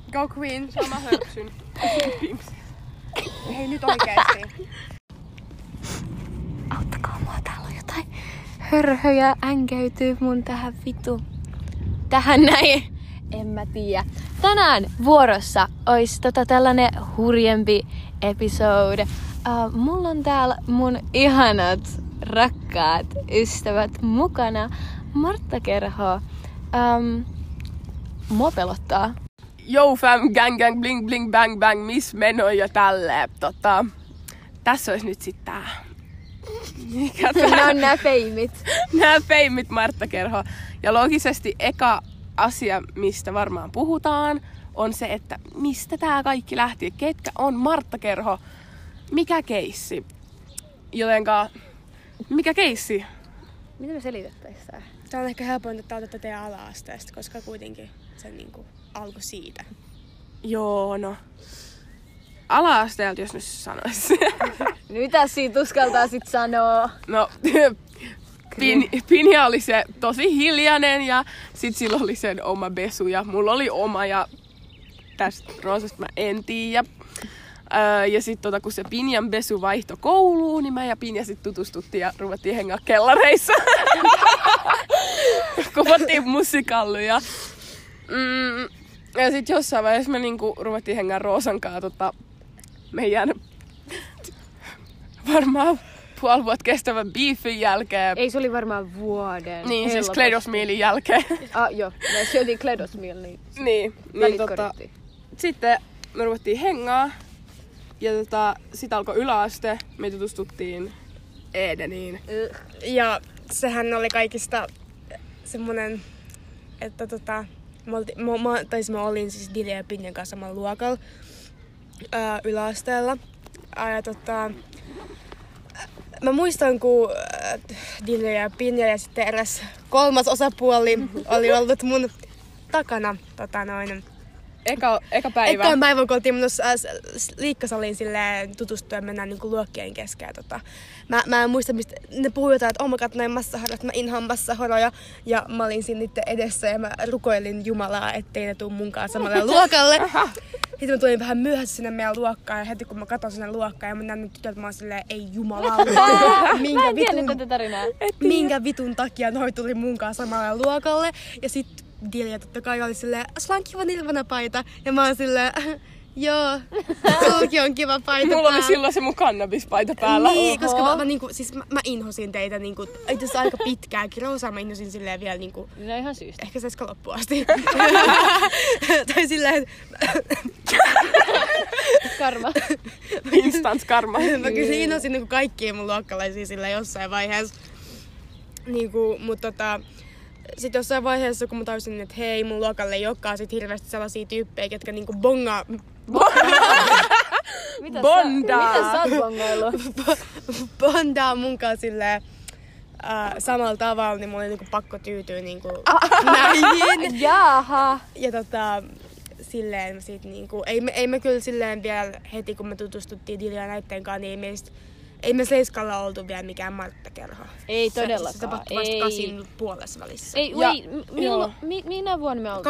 Go Queen. Sama hörpsyn. Hei nyt oikeesti. Auttakaa mua, täällä on jotain hörhöjä änkeytyy mun tähän näin. En mä tiedä. Tänään vuorossa ois tällainen hurjempi episode. Mulla on täällä mun ihanat, rakkaat ystävät mukana. Martta kerhoo. Mua pelottaa. Yo fam, gang, bling, bling, bang, bang, miss meno ja tälleen. Tässä olisi nyt sit tää. Mikä tää? Nämä on nää feimit. Nää feimit Martta kerhoo. Ja logisesti eka asia, mistä varmaan puhutaan, on se, että mistä tää kaikki lähti. Ketkä on Martta kerho? Mikä keissi? Jotenka, mikä keissi? Miten me selitettäis tää? Tää on ehkä helpointa, että otatte teidän ala-asteesta, koska kuitenkin se niinku alkoi siitä. Joo, no. Ala-asteelta, jos nyt sanois. Mitä siitä uskaltaa sit sanoa? No, Pinja oli se tosi hiljainen ja sit sillä oli sen oma besu ja mulla oli oma ja tästä Roosasta mä en tiedä. Ja sit kun se Pinjan besu vaihtoi kouluun, niin mä ja Pinja sit tutustuttiin ja ruvettiin hengaa kellareissa. Kuvattiin musikalluja. Ja sit jossain vaiheessa me niinku ruvettiin hengaa Roosan kanssa meidän varmaan puoli vuotta kestävän beefin jälkeen. Ei, se oli varmaan vuoden. Niin, siis Kledosmielin jälkeen. Joo, me syötiin Kledosmiel, niin niin sitten me ruvettiin hengaa. Ja sit alkoi yläaste, me tutustuttiin Edeniin. Ja sehän oli kaikista semmonen, että mä olin siis Dilja ja Pinjan kanssa samalla luokalla yläasteella. Ja mä muistan, kun Dilja ja Pinja ja sitten eräs kolmas osapuoli oli ollut mun takana Eka päivä. Ekan päivän, kun oltiin menossa liikkasaliin silleen tutustua ja mennään niinku luokkien kesken. Mä en muista, mistä ne puhui jotain, että oh my god, näin massahoro, että mä inhaan massahoroja. Ja mä olin siinä niiden edessä ja mä rukoilin Jumalaa, ettei ne tuu munkaan samalle luokalle. Sitten mä tulin vähän myöhässä sinne meidän luokkaan ja heti kun mä katson sinne luokkaan ja mä näen nyt tytöt, mä oon silleen, ei jumalauta. Minkä vitun takia noi tuli munkaan samalle luokalle. Ja sit Dilja totta kai oli silleen, sulla on kiva Nirvana-paita. Ja mä oon silleen, joo, sulki on kiva paita. Mulla oli silloin se mun kannabispaita päällä. Niin, koska mä inhosin teitä itse asiassa aika pitkääkin. Roosaa mä inhosin silleen vielä No ihan syystä. ehkä se loppuun asti. Tai silleen, Karma. Instant karma. mä kyllä inhosin kaikkia mun luokkalaisia silleen jossain vaiheessa. Mutta sitten jossain vaiheessa, kun mä tajusin, että hei, mun luokalle ei olekaan sit hirveästi sellaisia tyyppejä, ketkä bongaa. Bondaa! Mitä sä oot bongaillut? Bondaa munkaan silleen samalla tavalla, niin mulla oli pakko tyytyä näihin. Jaha. Ja silleen sit ei me kyllä silleen vielä heti, kun me tutustuttiin Dilja näitten kanssa, niin ei me seiskalla oltu vielä mikään Martta kerho. Ei todellakaan. Se tapahtui vasta 8 puolessa välissä. Ei, minä vuonna me oltiin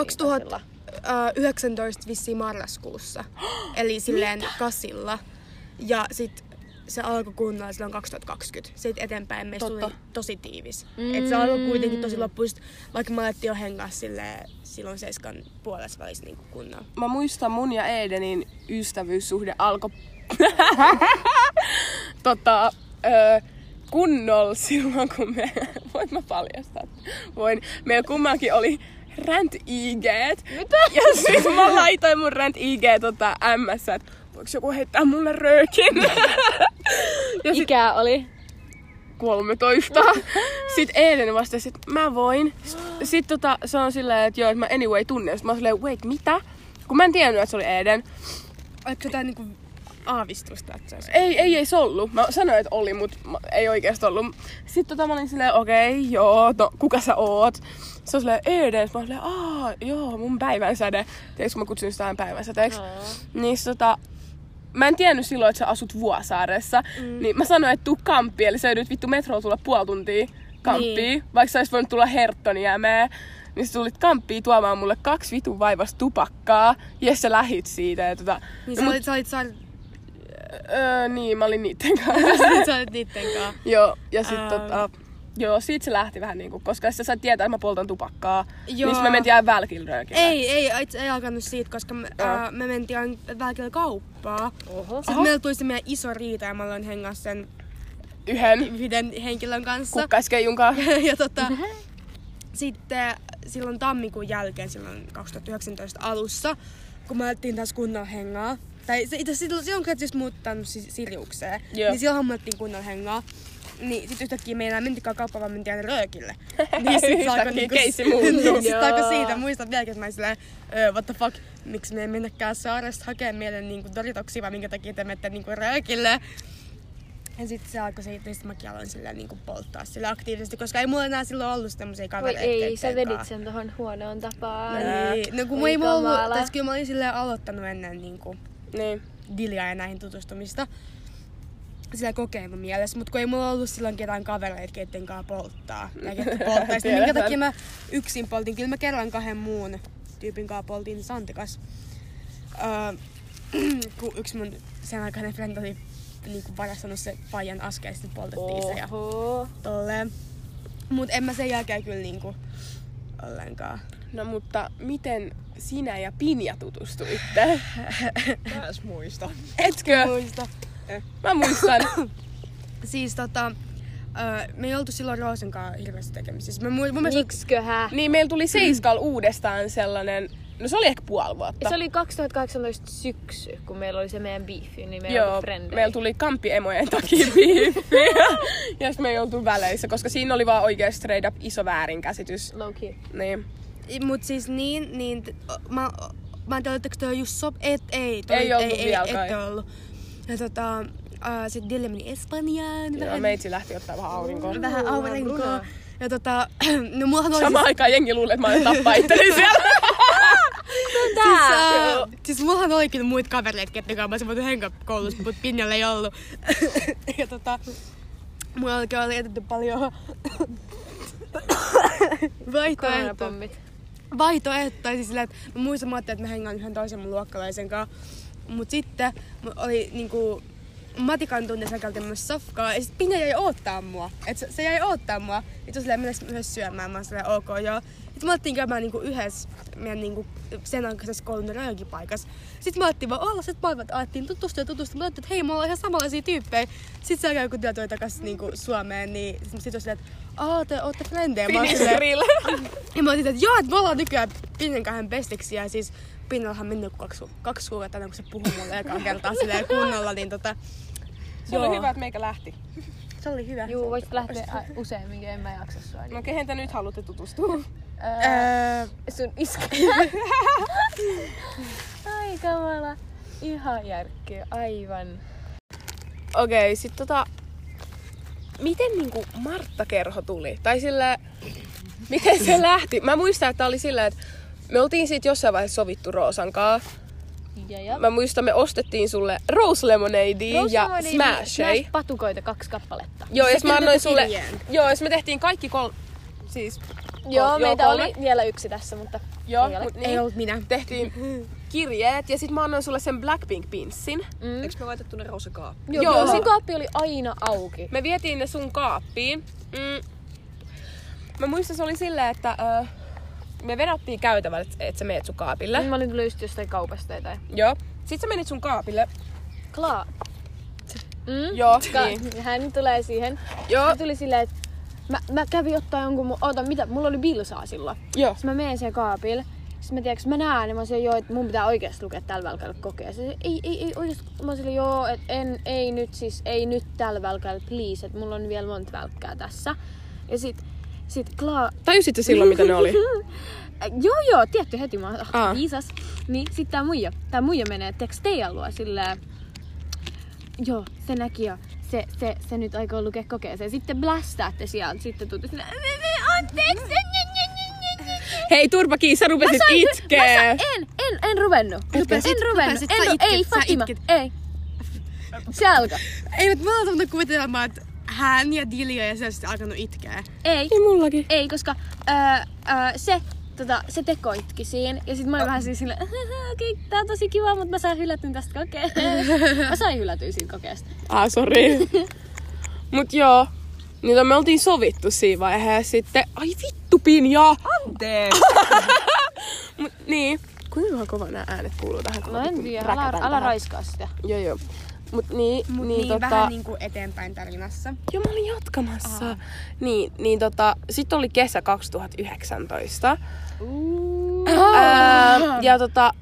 2019 vissiin marraskuussa. Eli silleen kasilla. Ja sit se alkoi kunnolla silloin 2020. Sitten eteenpäin meistä tuli tosi tiivis. Et se alkoi kuitenkin tosi loppuista, vaikka me alettiin jo hengaa silloin 7 puolessa välissä kunnolla. Mä muistan mun ja Edenin ystävyyssuhde alkoi kunnolla silloin, kun voin mä paljastaa? Voin. Meillä kummankin oli rant-IG:t. Mitä? Ja sit mä laitoin mun rant-IG MS, että voiko joku heittää mulle röökin? Ja ikä oli? 13. Sitten Eden vastasi, että mä voin. Sitten se on silleen, että joo, että mä anyway tunnen. Sitten mä oon silleen, wait, mitä? Kun mä en tiennyt, että se oli Eden. Oliko se jotain aavistusta, että se olisi? Ei se ollut. Mä sanoin, että oli, mutta ei oikeesti ollut. Sitten mä olin silleen, okei, joo, no kuka sä oot? Se on silleen, Eden. Mä olin silleen, joo, mun päivänsäde. Tiedätkö, kun mä kutsun sitä päivänsäteeksi? Niin mä en tiennyt silloin, että sä asut Vuosaaressa. Niin mä sanoin, että tuu kamppiin, eli sä joudut vittu metrolla tulla puoli tuntia. kamppiin. Niin. Vaikka sä ois voinut tulla Herttoniemeen, niin sä tulit kamppiin tuomaan mulle 2 vitun vaivasta tupakkaa. Ja sä lähit siitä. Ja Niin sä olit saanut... niin, mä olin niitten kanssa. Sä olit niitten kanssa. Joo, ja sit joo, siitä se lähti vähän niinku, koska sä sait tietää, että mä poltan tupakkaa. Joo. Niin me mentiin aina välkillä röökille. Ei alkanut siitä, koska me mentiin aina välkillä kauppaa. Oho. Sitten meillä tuli se meidän iso riita ja mä aloin hengaa sen yhden henkilön kanssa. Kukkaiskeijunkaan. Ja sitten silloin tammikuun jälkeen, silloin 2019 alussa, kun me alettiin taas kunnolla hengaa. Tai silloin kun et siis muuttanut Sirjukseen, niin silloinhan me alettiin kunnolla hengaa. Niin sit yhtäkkiä me ei enää mentikään kauppaan, vaan mentiin aina röökille. Niin sit se alkoi niinku... Sit alkoi siitä. Muistan vieläkin, että mä silleen, what the fuck, miksi me ei mennäkään saaresta hakemaan meille niinku Doritoksia, vai minkä takia te menette niinku röökille. Ja sit se alkoi siitä, että mäkin aloin silleen niinku polttaa sille aktiivisesti, koska ei mulla enää silloin ollut semmosia kavereita. Ei, sä vedit sen tohon huonoon tapaan. No kun ei mulla ollut, tai kyllä mä olin silleen aloittanut ennen niinku Dilia ja näihin tutustumista. Sillä kokeilun mielessä, mutta kun ei mulla ollut silloin ketään kavereita, keitten kanssa polttaa. Tai ketkä polttaisi, niin minkä takia mä yksin poltin. Kyllä mä kerran 2 muun tyypin kanssa poltin Santikas. Kun yksi mun sen aikainen friend oli niinku varastanut se paijan askel, sitten poltettiin se ja tolleen. Mut en mä sen jälkeen kyllä niinku ollenkaan. No mutta miten sinä ja Pinja tutustuitte? Mä edes muistan. Etkö? Muista. Mä muistan. Siis me ei oltu silloin Roosen kanssa hirveästi tekemisissä. Miksiköhän? Niin meillä tuli Seiskal uudestaan sellainen, no se oli ehkä puoli vuotta. Se oli 2018 syksy, kun meillä oli se meidän beefi, niin meillä oli frendejä. Meillä tuli kamppiemojen takia beefi. Ja sit me ei oltu väleissä, koska siinä oli vaan oikein straight up iso väärinkäsitys. Low key. Niin. Mut siis mä en tiedä, oletteko te just Ei oltu vielä ette ollut. Ja sit Dille meni Espanjaan. Joo, meitsi lähti ottaa vähän aurinkoa. Ja no mullahan oli samaan aikaan jengi luulee, että mä olen tappaa itteni siellä. Siis mullahan oli kyllä muita kavereita, ketkä kanssa mä olisin voitu hengaa koulussa, mutta Pinjalla ei ollut. Ja mulla oli jätetty paljon vaihtoehtoja. Siis sillä, että mä muistan, että mä hengaan yhden toisen mun luokkalaisen kanssa. Mut sitten oli niinku matikan tunne säkälti myös safkaa. Ja sit Pinja jäi oottaa mua. Et se jäi oottaa mua. Ja se silleen mennäis yhdessä syömään. Mä oon silleen ok joo. Sitten me alettiin käymään niinku yhdessä meidän niinku sen aikaisessa koulun röökipaikassa. Sitten me alettiin vaan olla sit päivät. Alettiin tutustua. Mä ajattelin, että hei, me ollaan ihan samanlaisia tyyppejä. Sitten sen jälkeen kun Dila tuli takas niinku Suomeen, niin sit on silleen, että te ootte frendejä. Ja mä otin, että joo, että me ollaan nykyään Pinjan kahden bestiksi. Ja siis Pinnallahan mennyt 2 kuukautta ennen kuin se puhui mulle ekaa kertaa silleen kunnolla, niin Se oli hyvä, että meikä lähti. Se oli hyvä. Juu, voisit lähteä useamminkin, en mä jaksa sua. No kehen te nyt haluatte tutustua? Sun iskä. Ai kamala. Ihan järkkyy, aivan. Okei, sit miten niinku Martta-kerho tuli? Tai silleen, miten se lähti? Mä muistan, että oli silleen, että me oltiin siitä jossain vaiheessa sovittu Roosan kanssa. Mä muistan, me ostettiin sulle Rose Lemonadea ja Smashia. Patukoita 2 kappaletta. Joo, ja mä annoin sulle... Joo, ja me tehtiin kaikki siis... Joo, meitä oli vielä 1 tässä, mutta joo, ei ollut minä. Tehtiin kirjeet ja sit mä annoin sulle sen Blackpink-pinssin. Eiks me laitettu ne Roosa kaappiin? Joo, sen kaappi oli aina auki. Me vietiin ne sun kaappiin. Mä muistan, se oli silleen, että me vedettiin käytävällä, että sä meet sun kaapille. Mä olin tullut just jostain kaupasta tai. Joo. Sit sä menit sun kaapille. Joo, niin. Hän tulee siihen. Joo. Hän tuli silleen, että mä kävin ottaa jonkun mulla oli bilsaa silloin. Joo. Sitten mä menen siihen kaapille. Sitten mä näen, ja mä sanoin, joo, että mun pitää oikeesti lukea tällä välkällä kokea. Se ei oikeesti. Mä sanoin, joo, että ei nyt tällä välkällä, please, että mulla on vielä monta välkkää tässä. Ja sit Tajusitte silloin, mitä ne oli? Joo, tietty heti. Mä oon viisas. Niin sit tää muija menee teidän luo silleen. Joo, se näki jo. Se nyt aikoo lukea kokeeseen. Sitten blastaatte sieltä. Sitten tuutte silleen. Anteeksi. Hei Turpaki, sä rupesit itkee. En ruvennut. Ei, Fatima. Ei. Se alkoi. Ei, mutta mä oon kuvitelmaa, että hän ja Dilja ja se on sitten alkanut itkeä. Ei, mullakin. ei, koska se teko itki siinä. Ja sit mä olin vähän siis silleen, okei, tää on tosi kiva, mutta mä sain hylätyn tästä kokeesta. Mä sain hylätyä siitä kokeesta. Sori. Mut joo, niitä me oltiin sovittu siinä vaiheessa sitten. Ai vittu, Pinja! Anteeksi! Mut niin. Kuinka kova nämä äänet kuuluu tähän? No en tiedä, älä raiskaa sitä. Joo. Mut niin, vähän niinku eteenpäin tarinassa. Joo, mä olin jatkamassa. Niin, sit oli kesä 2019. Ja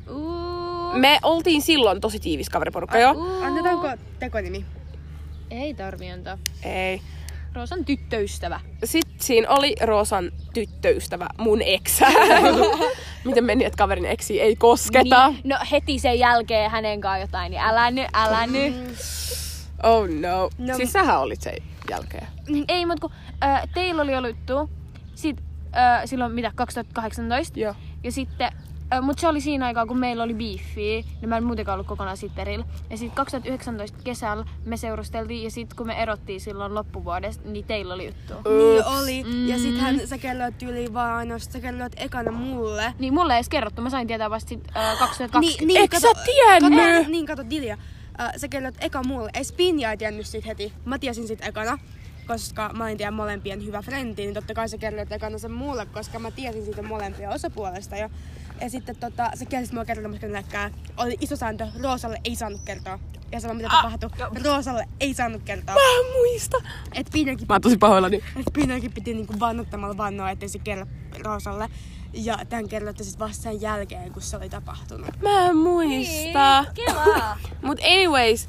me oltiin silloin tosi tiivis kaveriporukka jo. Annetaanko tekonimi? Ei tarvi antaa. Ei. Roosan tyttöystävä. Sitten siinä oli Roosan tyttöystävä, mun eksä. Miten meni, että kaverin eksiä ei kosketa? Niin, no heti sen jälkeen hänen kanssaan jotain, niin älä nyt. Oh no. Siis sähän olit sen jälkeen. Ei, mutta kun teillä oli ollut juttu, silloin mitä, 2018? Joo. Ja sitten, mutta se oli siinä aikaa, kun meillä oli beefiä, niin mä en muutenkaan ollut kokonaan siitä perillä. Ja sitten 2019 kesällä me seurusteltiin ja sitten kun me erottiin silloin loppuvuodesta, niin teillä oli juttu. Niin oli. Ja sittenhän sä kerroit yli vaan ainoastaan, sä kerroit ekana mulle. Niin mulle ei edes kerrottu, mä sain tietää vasta 2020. Eikö sä tiennyt? Kato Dilja. Sä kerroit eka mulle. Ei Spinja ei tiennyt sit heti. Mä tiesin sit ekana. Koska mä olin teidän molempien hyvä frendi, niin totta kai sä kerroit ekana sen mulle, koska mä tiesin siitä molempien osapuolesta. Ja sitten se kerroit mua kertomassa kenellekään. Oli iso sääntö, Roosalle ei saanut kertoa. Ja sama mitä tapahtui, Roosalle ei saanut kertoa. Mä en muista. Mä oon tosi pahoillani. Et Pinjakin piti niinku vannottamalla vannoa, ettei se kerro Roosalle. Ja tän kerroitte sit vasta sen jälkeen, kun se oli tapahtunut. Mä en muista. Kevaa. Mut anyways,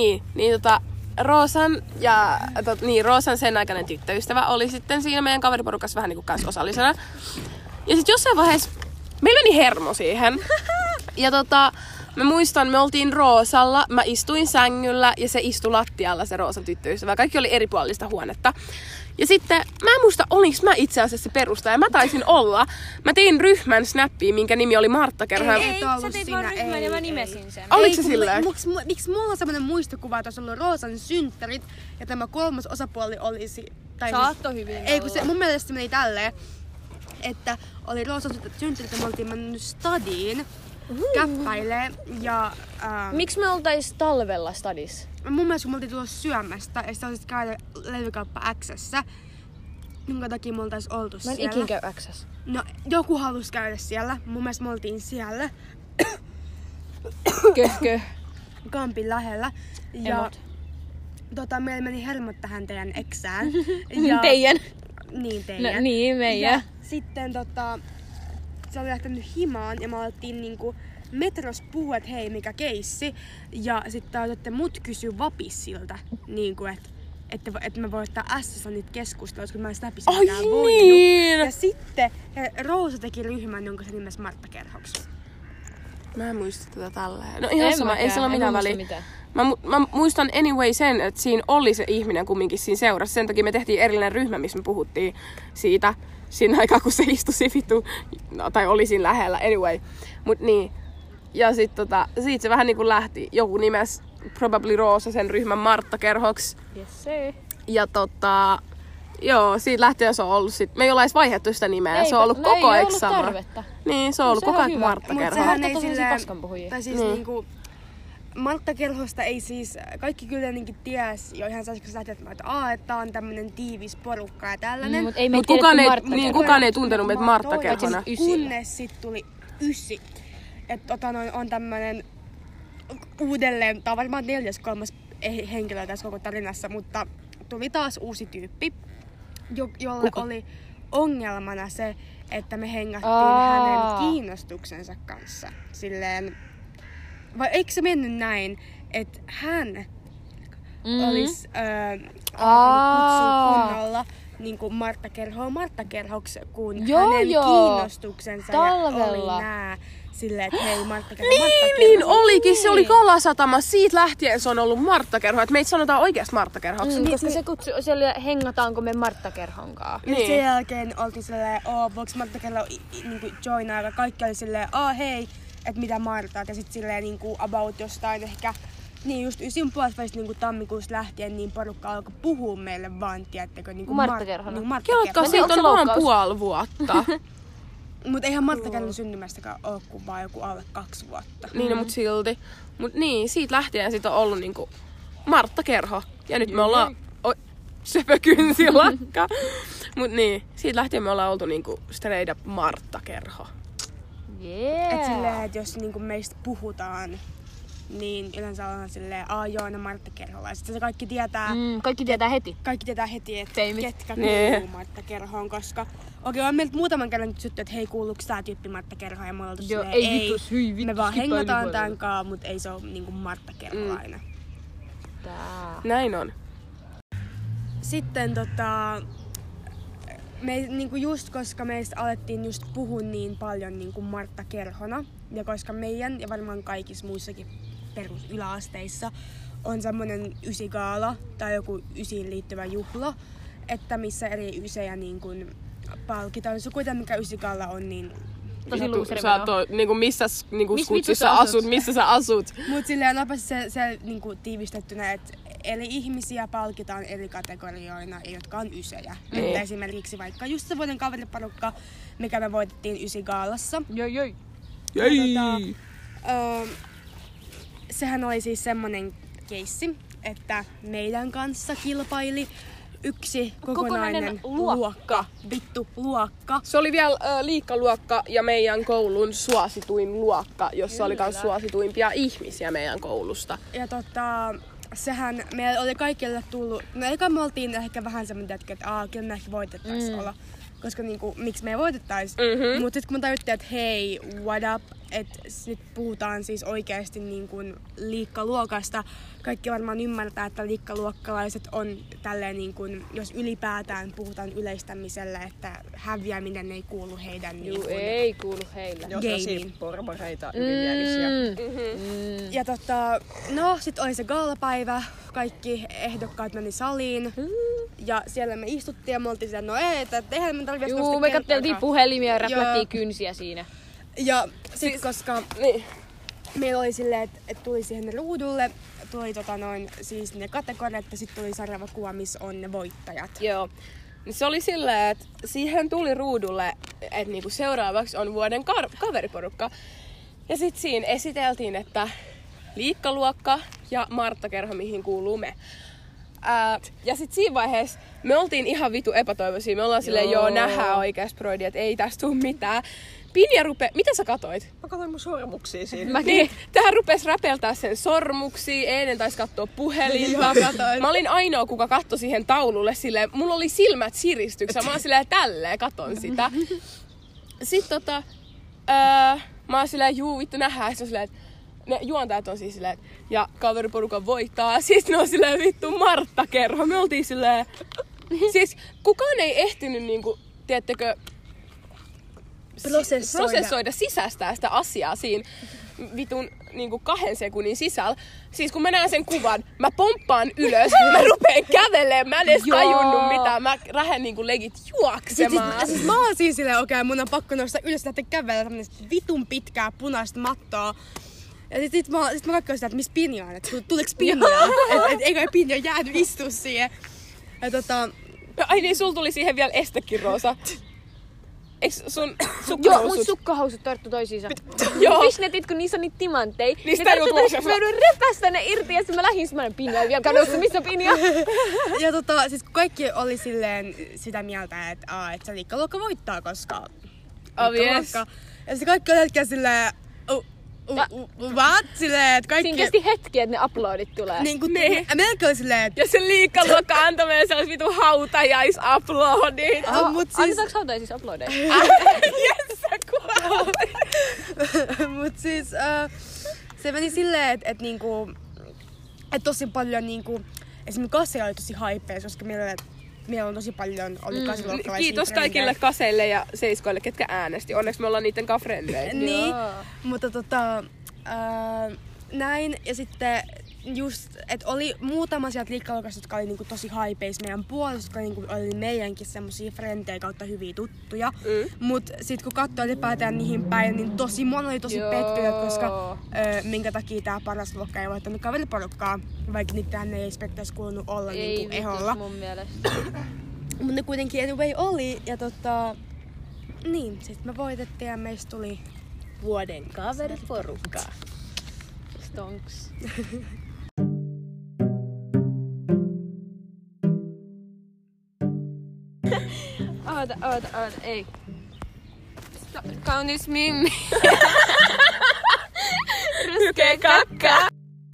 Roosan ja Roosan sen aikainen tyttöystävä oli sitten siinä meidän kaveriporukassa vähän niinku kanssa osallisena. Ja sit jossain vaiheessa meillä meni hermo siihen. Ja mä muistan, me oltiin Roosalla, mä istuin sängyllä ja se istui lattialla se Roosan tyttöystävä. Kaikki oli eri puolista huonetta. Ja sitten, mä en muista, olinko mä itse asiassa se perustaja. Mä taisin olla. Mä tein ryhmän snappiin, minkä nimi oli Martta Kerho. Ei, sä teit vaan ryhmän ja mä nimesin sen. Oliko se silleen? Miksi mulla on semmonen muistokuva, että olisi ollut Roosan synttärit ja tämä kolmas osapuoli olisi... Saatto hyvin ei, kun se, mun mielestä se meni tälleen, että oli Roosan synttärit ja me oltiin mennyt stadiin käppäilee ja... Miksi me oltais talvella stadissa? Mun mielestä kun me oltiin tulossa syömästä ja sitten olisit käydä levykauppa X:ssä, minkä takia me oltais oltu mä en siellä. ikin käy X:ssä. No, joku halusi käydä siellä. Mun mielestä me oltiin siellä. Köhkö. Kampin lähellä. Ja meillä meni hermot tähän teidän eksään. Teidän. Niin, teidän. No, niin, meidän. Ja sitten se oli lähtenyt himaan ja me alettiin niinku metros puhua, että hei mikä keissi. Ja sitten otatte mut kysyä Vapissilta, niinku että me voi ottaa S:ssä niitä keskusteluja, koska mä en sitä pistetään voinut. Niin. Ja sitten Roosa teki ryhmän, jonka se nimesi Martta Kerhoksi. Mä en muista tätä tälleen. No ihan sama, ei sillä ole mitään väliä. Mä muistan anyway sen, että siinä oli se ihminen kumminkin siinä seurassa. Sen takia me tehtiin erillinen ryhmä, missä me puhuttiin siitä siinä aikaa, kun se istui vittu, tai oli siinä lähellä. Anyway, mut niin. Ja sit siitä se vähän niinku lähti. Joku nimes probably Roosa sen ryhmän Martta Kerhoks. Yes sir. Ja joo, siitä lähtien se on ollut me ei olla edes vaihdettu sitä nimeä. Se on ollut koko ajan sama. Tarvetta. Niin, se on ollut koko ajan Martta Mut Kerho. sehän ei Martta silleen... paskanpuhujia. Tai siis niinku... Martta Kerhosta ei siis... Kaikki kyllä niinkin ties jo ihan saisikö sä lähtet, että tää on tämmönen tiivis porukka ja tällainen. Mut ei me Mut kukaan ei tuntenut meitä Martta Kerhona. Kunnes sit tuli Ysi. Että on tämmönen uudelleen, tää on varmaan 4.3. henkilö tässä koko tarinassa, mutta tuli taas uusi tyyppi, jolle oli ongelmana se, että me hengattiin hänen kiinnostuksensa kanssa. Silleen, vai eikö se mennyt näin, että hän olisi kutsua kunnolla niin kuin Martta Kerhoksi, kun hänen kiinnostuksensa oli nää. Silleen, että hei Martta Kerho, Niin olikin, se oli Kalasatama. Siitä lähtien se on ollut Martta Kerho, että meitä sanotaan oikeasti Martta Kerhoksi. Koska se kutsui, siellä hengataanko me Martta Kerhon kanssa. Niin. Sen jälkeen oltiin silleen, voiko Martta Kerho niinku joinaa, ja kaikki oli silleen, hei, että mitä Martat, ja sit silleen niinku about jostain ehkä Niin just ysin puolesta niinku tammikuusta lähtien niin porukka alkoi puhua meille vaan, tiedättekö, niinku Marttakerhona. Kelkkaa, siitä on vaan puoli vuotta. Mut eihän Marttakerhon syntymästäkään oo kuin vaan joku alle 2 vuotta. Niin, no, mut silti. Mut niin, siitä lähtien sit on ollut niinku Marttakerho. Ja nyt me ollaan... Söpökynsilakka. Mut niin, siitä lähtien me ollaan oltu niinku straight up Marttakerho. Et silleen, et jos niinku meistä puhutaan, niin yleensä ollaan silleen, joo, no Marttakerholaiset. Se kaikki tietää... Kaikki tietää heti. Kaikki tietää heti, että ketkä Nee. kuuluu Marttakerhoon, koska... Okei, on meiltä muutaman kerran kysytty, että hei, kuuluuko tää tyyppi Marttakerhoon? Ja me ollaan silleen, ei, me vaan hengataan tän kaa, mut ei se oo niinku Marttakerholainen. Näin on. Sitten me niinku just koska meistä alettiin just puhua niin paljon niinku Marttakerhona, ja koska meidän ja varmaan kaikissa muissakin perusyläasteissa on semmonen ysigaala tai joku ysiin liittyvä juhla, että missä eri ysejä niinku palkitaan. Se kuitenkin mikä ysigaala on, niin Tosi luuseri. Sä oot niinku missä niinku skutsissa asut, missä sä asut. mut silleen nopeasti se niinku tiivistettynä, että eri ihmisiä palkitaan eri kategorioina, jotka on ysejä. Että esimerkiksi vaikka just se vuoden kaveriporukka, mikä me voitettiin ysigaalassa. Jei. Sehän oli siis semmonen keissi, että meidän kanssa kilpaili yksi kokonainen luokka. Vittu, luokka. Se oli vielä liikkaluokka ja meidän koulun suosituin luokka, jossa oli myös suosituimpia ihmisiä meidän koulusta. Ja sehän meillä oli kaikille tullut, no eka me oltiin ehkä vähän semmoinen, että kyllä me ehkä voitettais olla. Koska niinku, miksi me ei voitettais. Mut sit kun me tajuttiin, että hei, what up, että nyt puhutaan siis oikeesti niinku liikkaluokasta. Kaikki varmaan ymmärtää, että liikkaluokkalaiset on tälleen niinku, jos ylipäätään puhutaan yleistämisellä, että häviäminen ei kuulu heidän niinku, Ei kuulu heille. Joo, tosi porvareita yliviemisiä. Ja no sit oli se gaalapäivä, kaikki ehdokkaat meni saliin. Ja siellä me istuttiin ja me oltiin siellä, no ei, että eihän me tarvitse Juu, me katteltiin puhelimia ja räplättiin kynsiä siinä. Ja sit koska meillä oli silleen, että tuli siihen ruudulle, tuli siis ne kategoriat ja sit tuli seuraava kuva, missä on ne voittajat. Joo. Se oli silleen, että siihen tuli ruudulle, että niinku seuraavaksi on vuoden kaveriporukka. Ja sit siinä esiteltiin, että liikkaluokka ja Marttakerho, mihin kuuluu me. Ja sit siinä vaiheessa me oltiin ihan vitu epätoivoisia. Me ollaan silleen, joo, nähdään oikeasti broidi, että ei tästä tuu mitään. Pinja mitä sä katoit? Mä katsoin mun sormuksia siinä. Niin, tähän rupes räpeltää sen sormuksia, Eenen taisi kattoo puhelinta. Mä olin ainoa, kuka kattoi siihen taululle silleen, mulla oli silmät siristyksessä. Mä oon silleen tälleen, katon sitä. Sitten mä oon silleen, juu vittu nähdään. Sitten on silleen, että ne juontajat on siis silleen, ja kaveriporukan voittaa. Siis ne on silleen vittu Marttakerho. Me oltiin silleen, siis kukaan ei ehtinyt niinku, tiedättekö, prosessoida sisäistää sitä asiaa siinä vitun niinku 2 sekunnin sisällä. Siis kun mä näen sen kuvan, mä pomppaan ylös, mä rupeen kävelemään, mä en edes tajunnut mitään, mä lähden niinku legit juoksemaan. Siis mä oon siis silleen, okei, mun on pakko nostaa ylös ja lähteä kävellä tämmöistä vitun pitkää punaista mattoa. Ja sit mä katsoin sitä, että missä Pinja on, että tuleeko Pinja? Et eikö Pinja jäänyt istua siihen. Ja ai niin, sul tuli siihen vielä estekin, Roosa. Eiks sun sukkahousut? Joo, mun sukkahousut tarttu toisiinsa. Joo. Fishnetit, kun niissä on niitä timantteja. Niistä ei ollut uusessa. Mä joudun repästä ne irti ja sitten mä lähdin, mä Pinja ei vieläkään noussut, missä Pinja? Ja siis kaikki oli silleen sitä mieltä, että se liikkaluokka voittaa, koska liikkaluokka. Ja sitten kaikki oli hetken silleen, what? Silleen, että kaikki... Siinä kesti hetki, että ne uploadit tulee. Niin kuin melkein oli silleen, että... Ja se liikkaluokka antoi meille sellaiset vitu hautajais-uploadit. Annetaanko hautajaisissa uploadeja? Yes, kuva! Mut siis se meni silleen, että niinku... Että tosi paljon niinku... Esimerkiksi Kassilla oli tosi haipea, koska meillä on tosi paljon ollut kasiluokkalaisia. Kiitos kaikille kaseille ja seiskoille, ketkä äänesti. Onneksi me ollaan niitten kanssa frendejä. Niin, mutta näin. Ja sitten just, että oli muutama sieltä liikkalokasta, jotka oli niinku tosi haipeis meidän puolesta, jotka niinku oli meidänkin semmosia frendejä kautta hyviä tuttuja. Mut sit kun katsoi ylipäätään niihin päin, niin tosi moni oli tosi pettynyt, koska minkä takia tää paras luokka ei voittanut kaveriporukkaa, vaikka niitähän ei edes kuulunut olla niinku eholla. Mun mielestä. Mut ne kuitenkin anyway oli, ja niin, sit me voitettiin ja meistä tuli vuoden kaveriporukka. Stonks. Oota, ei. Kaunis Mimmi. Ruskea kakka.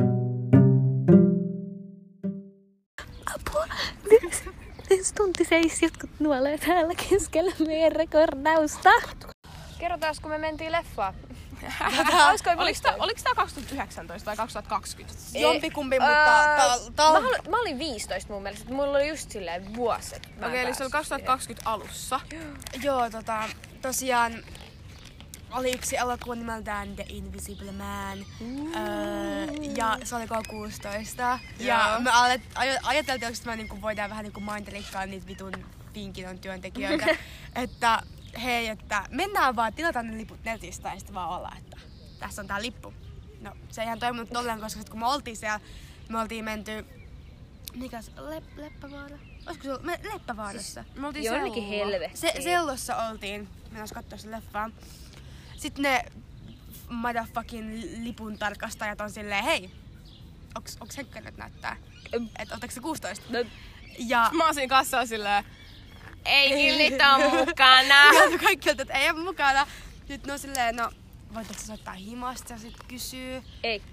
Apua. Nyt tunti seis jotkut nuolee täällä keskellä meidän rekordausta. Kerrotaan, kun me mentiin leffaan. Oliko tää 2019 tai 2020? Jompikumpi, mutta... Mä olin 15 mun mielestä. Mulla oli just silleen vuosi. Okei, eli se oli 2020 alussa. Joo, tosiaan oli yksi elokuva nimeltään The Invisible Man. Ja se oli K16. Ja me ajateltiin, että me niinku voidaan vähän niinku maintelikkaa niitä vitun Pinkinon työntekijöitä. Että hei, että mennään vaan, tilataan ne liput netistä ja sitten vaan ollaan, että tässä on tää lippu. No, se ei ihan toiminut tolleen, koska sit kun me oltiin siellä, me oltiin menty... Mikäs? Leppävaara? Olisiko se ollut? Leppävaarassa. Me oltiin jonnekin helvettiin. Sellossa oltiin. Mennäis kattoo sitä leffaa. Sitten ne motherfucking lipun tarkastajat on silleen, hei, onks Henkka nyt näyttää? Et ootteko se 16? Ja mä oon siinä kassalla silleen, ei niitä on mukana. Ja kaikki olta, että ei ole mukana. Nyt ne on silleen, no voitatko soittaa himasta ja sit kysyy. Ei.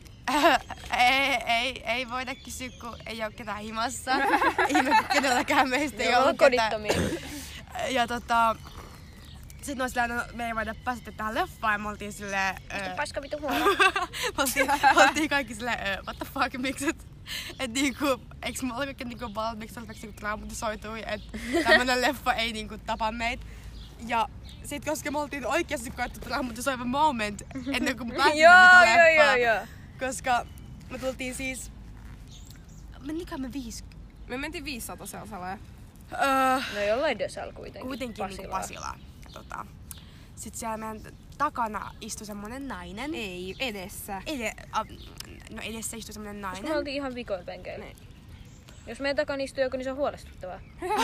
Ei voida kysyä, kun ei oo ketään himassa. Ihme, kun kenelläkään meistä ei ollut ketään. Ja sit ne on silleen, no me ei voida päästä tähän leffaan ja me oltiin silleen... Paska vitu huono. me oltiin kaikki silleen, what the fuck, mikset? Et niinku, eiks me ole kaikki niinku valmiiksi tarpeeksi niinku traumatisoitui, että tämmönen leffa ei niinku tapa meitä. Ja sit koska me oltiin oikeasti koettu traumatisoiva moment ennen kuin me päästiin leffaan. Joo. Koska me tultiin siis... Meniköhän me 50? Me mentiin 500 sellainen. No jollain dösal kuitenkin. Kuitenkin niinku Pasilaan. Sitten siellä meidän takana istui semmonen nainen. Ei, edessä. No edessä istui semmonen nainen. Koska me oltiin ihan vikoilla penkeillä. Jos meidän takana istuu joku, niin se on huolestuttavaa.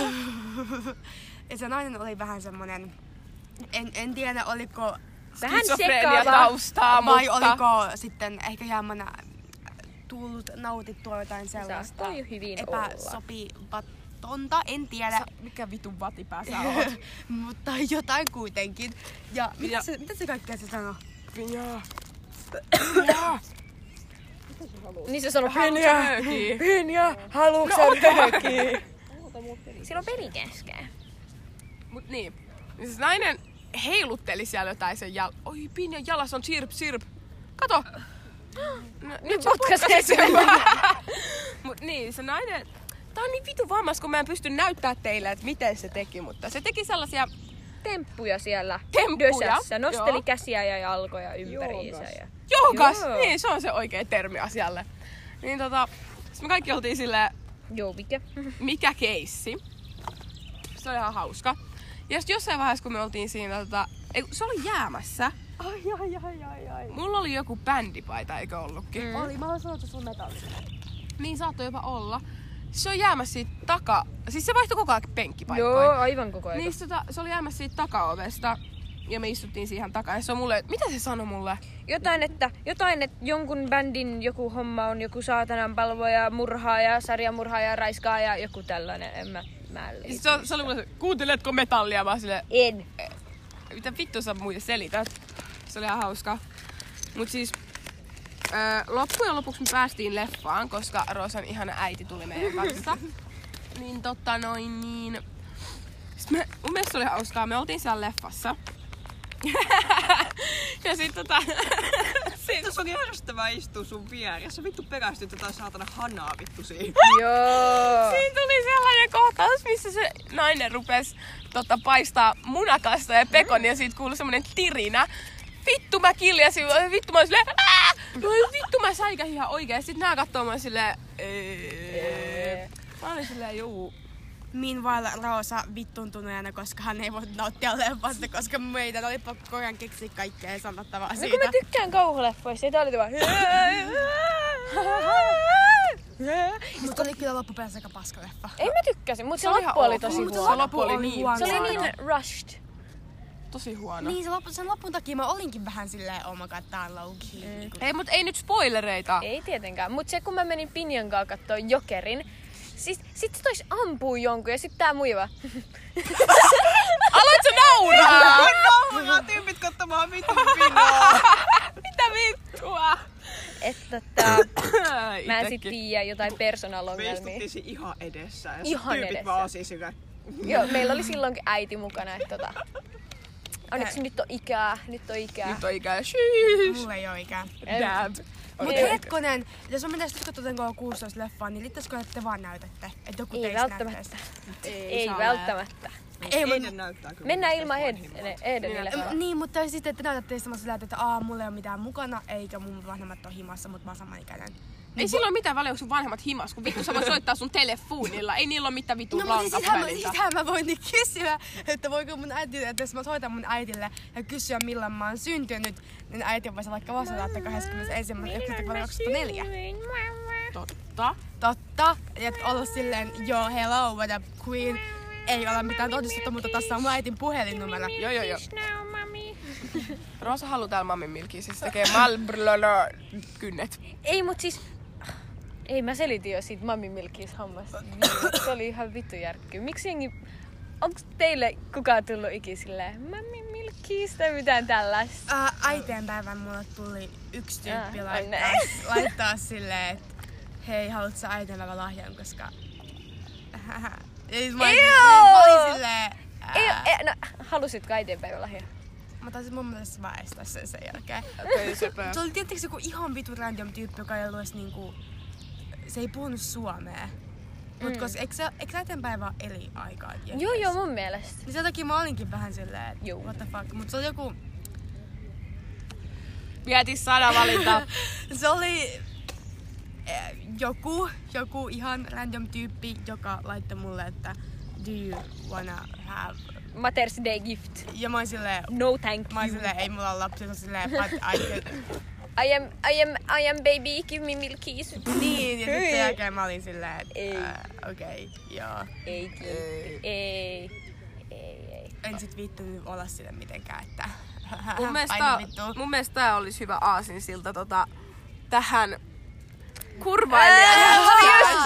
Ja se nainen oli vähän semmonen... En tiedä, oliko... Vähän skitsofreenia sekava. taustaa, vai mutta... oliko sitten ehkä hieman tullut nautittua jotain sellaista Saattaa jo hyvin olla. epäsopivatonta, en tiedä. Mikä vitun vatipää sä oot? Mutta jotain kuitenkin. Ja mitä se kaikkea se sanoo? Niin se sanoo Pinja, haluuks sä höökiä? Sillä on peli kesken. Mut niin. Siis nainen heilutteli siellä jotain sen Oi, Pinjan jalas on sirp. Kato! No, Nyt potkaisee sen. Mut niin, se nainen... Tää on niin vitu vammas, kun mä en pysty näyttää teille, että miten se teki, mutta se teki sellaisia... Temppuja siellä Temppuja? dösässä. Nosteli Joo. käsiä ja jalkoja ympäriinsä. Joogas! Joo. Niin, se on se oikea termi asialle. Niin sit me kaikki oltiin silleen... Joo, Mikä keissi? Se oli ihan hauska. Ja sit jossain vaiheessa, kun me oltiin siinä, se oli jäämässä. Ai. Mulla oli joku bändipaita, eikö ollutkin? Oli, mä haluan sanoa, että sulla metalli. Niin saattoi jopa olla. Se on jäämässä siitä Siis se vaihtoi koko ajan penkkipaikkoja. Joo, aivan koko ajan. Niin se oli jäämässä siitä takaovesta. Ja me istuttiin siihen takana. Ja se on mulle... Mitä se sanoi mulle? Jotain, että jonkun bändin joku homma on joku saatanan palvoja, murhaaja, sarjamurhaaja, raiskaaja, joku tällainen. En mä Se oli mulle kuunteletko metallia? Mä silleen... En. Mitä vittu sä muuten selität? Se oli ihan hauska. Mut siis... loppujen lopuksi me päästiin leffaan, koska Roosan ihana äiti tuli meidän kanssa. Niin niin... Sitten mun mielestä se oli hauskaa. Me oltiin siellä leffassa. Ja sit Se on järjestävää istua sun vieressä. Vittu perästyt jotain saatana hanaa vittu siinä. Joo. Siinä tuli sellainen kohtaus, missä se nainen rupes paistaa munakasta ja pekonia ja siitä kuului semmonen tirinä. Vittu mä kiljasin, vittu mä olin silleen, Vittu mä säikähin ihan oikein. Sitten nää kattoo mua silleen... Mä olin silleen juu. Meanwhile Roosa vittuuntuneena, koska hän ei voi nauttia leffasta, koska meidän oli pakko ajan keksiä kaikkea sanottavaa No siitä. kun mä tykkään kauhuleffoista, tää oli vaan... Mutta oli kyllä loppupäässä aika paska leffa. Ei mä tykkäsin, mutta se oli loppu ihan oli ok. tosi Mutta se huono. loppu oli niin huono. Se oli huono. niin rushed. Tosi huono. Niin, sen loppun takia mä olinkin vähän silleen, oh my god, tää on low key. Ei, mut ei nyt spoilereita. Ei tietenkään, mutta se kun mä menin Pinjan kanssa kattoo Jokerin, siis sit tois ampuu jonkun ja sit tää muiva. Aloit sä nauraa? Nauraa tyypit katsomaan vitun pinoa. Mitä vittua? Että mä en sit tiedä jotain Me personal-ongelmia. istuttiin siinä ihan edessä. Ja Ihan tyypit edessä. vaan siis sillä... Joo, meillä oli silloinkin äiti mukana, että onneksi nyt on ikää. Nyt on ikää. Sheesh. Mulla ei oo ikään. Dab. Mut Ei. hetkonen, jos on pitäis katsoa tämän 16 leffaa, niin liittäisikö, että te vaan näytätte? Että joku Ei teistä välttämättä. näyttäisi? Ei välttämättä. Ei, Eiden näyttää kyllä. Mennään musta ilman vanhimmalta. Edenille. Niin, mutta sitten että näytätte samassa silleen, että mulla ei oo mitään mukana, eikä mun vanhemmat oo himassa, mutta mä oon samanikäinen. Ei sillä ole mitään väliä, kun sun vanhemmat himas, kun vittu sä voit soittaa sun telefonilla. Ei niillä ole mitään vittu No mutta lankapuhelinta. sitähän mä voin niin kysyä, että voiko mun äitille, että jos mä soitan mun äitille ja kysyä milloin mä oon syntynyt, niin äiti voisi vaikka vastata, että 21.1.2004. Totta. Totta, että olla silleen, joo, hello, what up, queen. Ei ole mitään todistetta, mutta tässä on mun äitin puhelinnumero. Joo. Roosa haluu täällä mammin milkiä, siis tekee malbrlolo kynnet. Ei mut siis... Ei mä selitin jo siitä Mammi Milkis hommasta. Se oli ihan vittu järkkyy. Miksi jengi... Onks teille kukaan tullut ikin silleen Mammi Milkis tai mitään tällaista? Äitienpäivän mulle tuli yksi tyyppi on laittaa silleen, että hei, haluatko sä äitienpäivän lahjan, koska... Ja mä olin silleen... No, halusitko äitienpäivän lahjaa? Mä taisin mun mielestä vaan estää sen jälkeen. Okei, sepä. Se oli tietysti joku ihan vitu random tyyppi, joka ei ollut edes niinku... Se ei puhunut suomea. Mut koska eikö äitienpäivä eli aikaa? Joo, mun mielestä. Niin sen takia mä olinkin vähän silleen, että Joo. what the fuck. Mut se oli joku... Mieti 100 valintaa. Se oli... Joku ihan random tyyppi, joka laittoi mulle, että do you wanna have... Mother's Day gift. Ja mä oon silleen... No thank Mä oon you. silleen, ei mulla ole lapsia, se on silleen, but I could... I am baby, give me milkies. Niin, ja sitten sen jälkeen mä olin silleen, että Ei. okei, joo. Ei. En sit vittunut olla sille mitenkään, että Mun mielestä tää olisi hyvä aasinsilta tähän kurvailijan. Just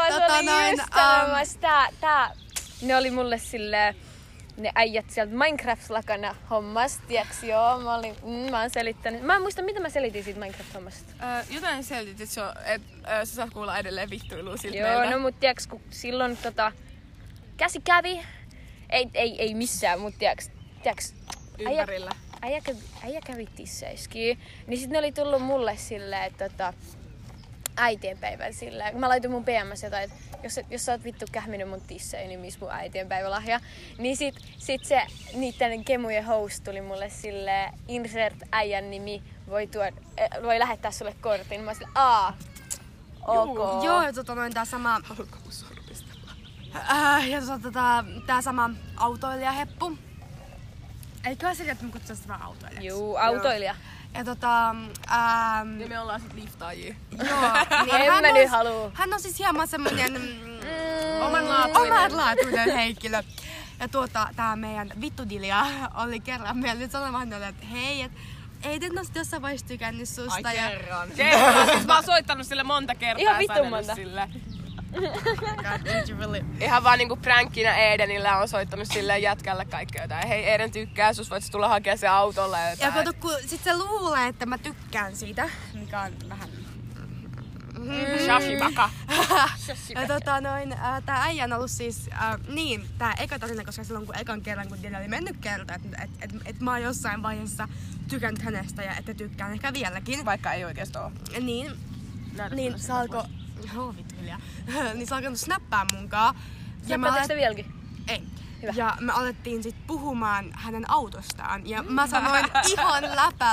sanomassa. Ne oli mulle silleen, ne äijät sieltä Minecraft-lakana hommasta, tiiäks joo, mä oon selittänyt. Mä en muista, mitä mä selitin siitä Minecraft-hommasta. Jotain selitit, että sä saat kuulla edelleen vittuilua siltä Joo, meiltä. no mut tiiäks, kun silloin käsi kävi, ei missään, mut tiiäks, Ympärillä. äijä kävi tisseiskin, niin sit ne oli tullut mulle silleen, että äitienpäivän silleen. Kun mä laitoin mun PMS jotain, että jos sä oot vittu kähminyt mun tissejä, niin missä mun äitienpäivälahja. Niin sit se niitten kemujen host tuli mulle silleen, insert äijän nimi, voi lähettää sulle kortin. Mä silleen, ok. Joo, ja tää sama... Haluatko mun sormista? Ja tää sama autoilijaheppu. Eiköhän se, että me kutsutaan sitä vaan autoilijaksi. Juu, autoilija. Ja Ja me ollaan sit liftaajia. joo, niin En mä nyt haluu. hän on siis hieman semmonen Omanlaatuinen. henkilö. Ja tää meidän vittudilja oli kerran meillä nyt sanomaan, että hei, et ei te noista jossain vaiheessa tykännyt susta. Ai Ja kerran. Siis mä oon soittanut sille monta kertaa Ihan ja vitun sanonut monta. sille. God, did you really? Ihan vaan niinku prankkinä Edenillä on soittanut silleen jätkälle kaikkea jotain. Hei Eden tykkää sus, voit tulla hakea sen autolla ja Ja jotain. kato, kun sit se luulee, että mä tykkään siitä, mikä on vähän... Shashibaka. Ja tää äijä on ollut siis, tää eka tarina, koska silloin kun ekan kerran, kun Dille oli mennyt kerta, että mä oon jossain vaiheessa tykännyt hänestä ja että tykkään ehkä vieläkin. Vaikka ei oikeesti oo. Niin se alkoi... vittu hiljaa. Niin se alkoi snappaa munkaan. Snappaatteko te vieläkin? Ei. Hyvä. Ja me alettiin sit puhumaan hänen autostaan. Ja mä sanoin ihan läpällä,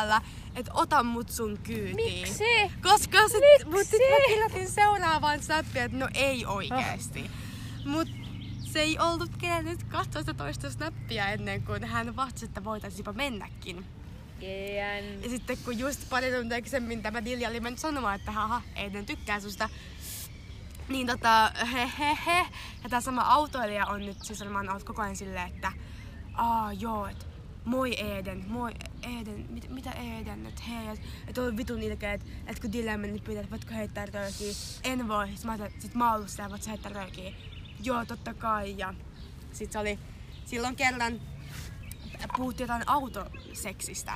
että ota mut sun kyytiin. Miksi? Koska mut sit mä kirjoitin seuraavaan snappia, että no ei oikeesti. Mut se ei ollut kerennyt katsoa sitä toista snappia ennen kuin hän vastasi, että voitaisiin jopa mennäkin. Ja sitten kun just pari tuntia aikaisemmin tämä Dilja oli mennyt sanomaan, että haha, Eden tykkää susta. Niin hehehe. Ja tää sama autoilija on nyt siis varmaan ollut koko ajan silleen, että joo, et moi Eden, mitä Eden, et hei, et on vitun ilkeä, et kun Dilja meni pyytää, että voitko heittää röökiä. En voi, sit mä oon ollut siellä, voit sä heittää röökiä. Joo, totta kai. Ja sit se oli silloin kerran puhuttiin jotain autoseksistä.